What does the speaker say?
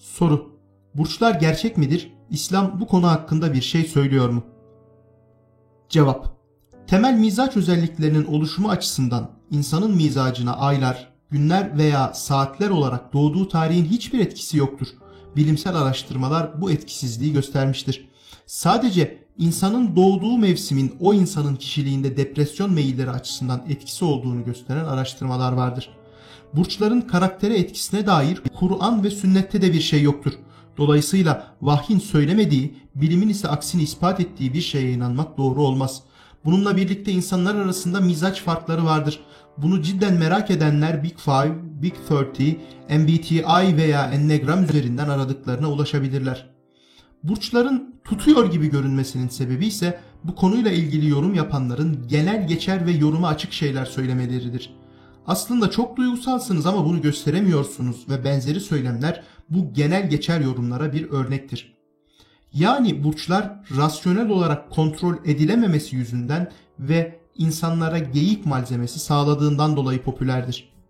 Soru: burçlar gerçek midir? İslam bu konu hakkında bir şey söylüyor mu? Cevap: temel mizaç özelliklerinin oluşumu açısından insanın mizacına aylar, günler veya saatler olarak doğduğu tarihin hiçbir etkisi yoktur. Bilimsel araştırmalar bu etkisizliği göstermiştir. Sadece insanın doğduğu mevsimin o insanın kişiliğinde depresyon meyilleri açısından etkisi olduğunu gösteren araştırmalar vardır. Burçların karaktere etkisine dair Kur'an ve sünnette de bir şey yoktur. Dolayısıyla vahyin söylemediği, bilimin ise aksini ispat ettiği bir şeye inanmak doğru olmaz. Bununla birlikte insanlar arasında mizaç farkları vardır. Bunu cidden merak edenler Big Five, Big 30, MBTI veya Enneagram üzerinden aradıklarına ulaşabilirler. Burçların tutuyor gibi görünmesinin sebebi ise bu konuyla ilgili yorum yapanların genel geçer ve yoruma açık şeyler söylemeleridir. Aslında çok duygusalsınız ama bunu gösteremiyorsunuz ve benzeri söylemler bu genel geçer yorumlara bir örnektir. Yani burçlar rasyonel olarak kontrol edilememesi yüzünden ve insanlara geyik malzemesi sağladığından dolayı popülerdir.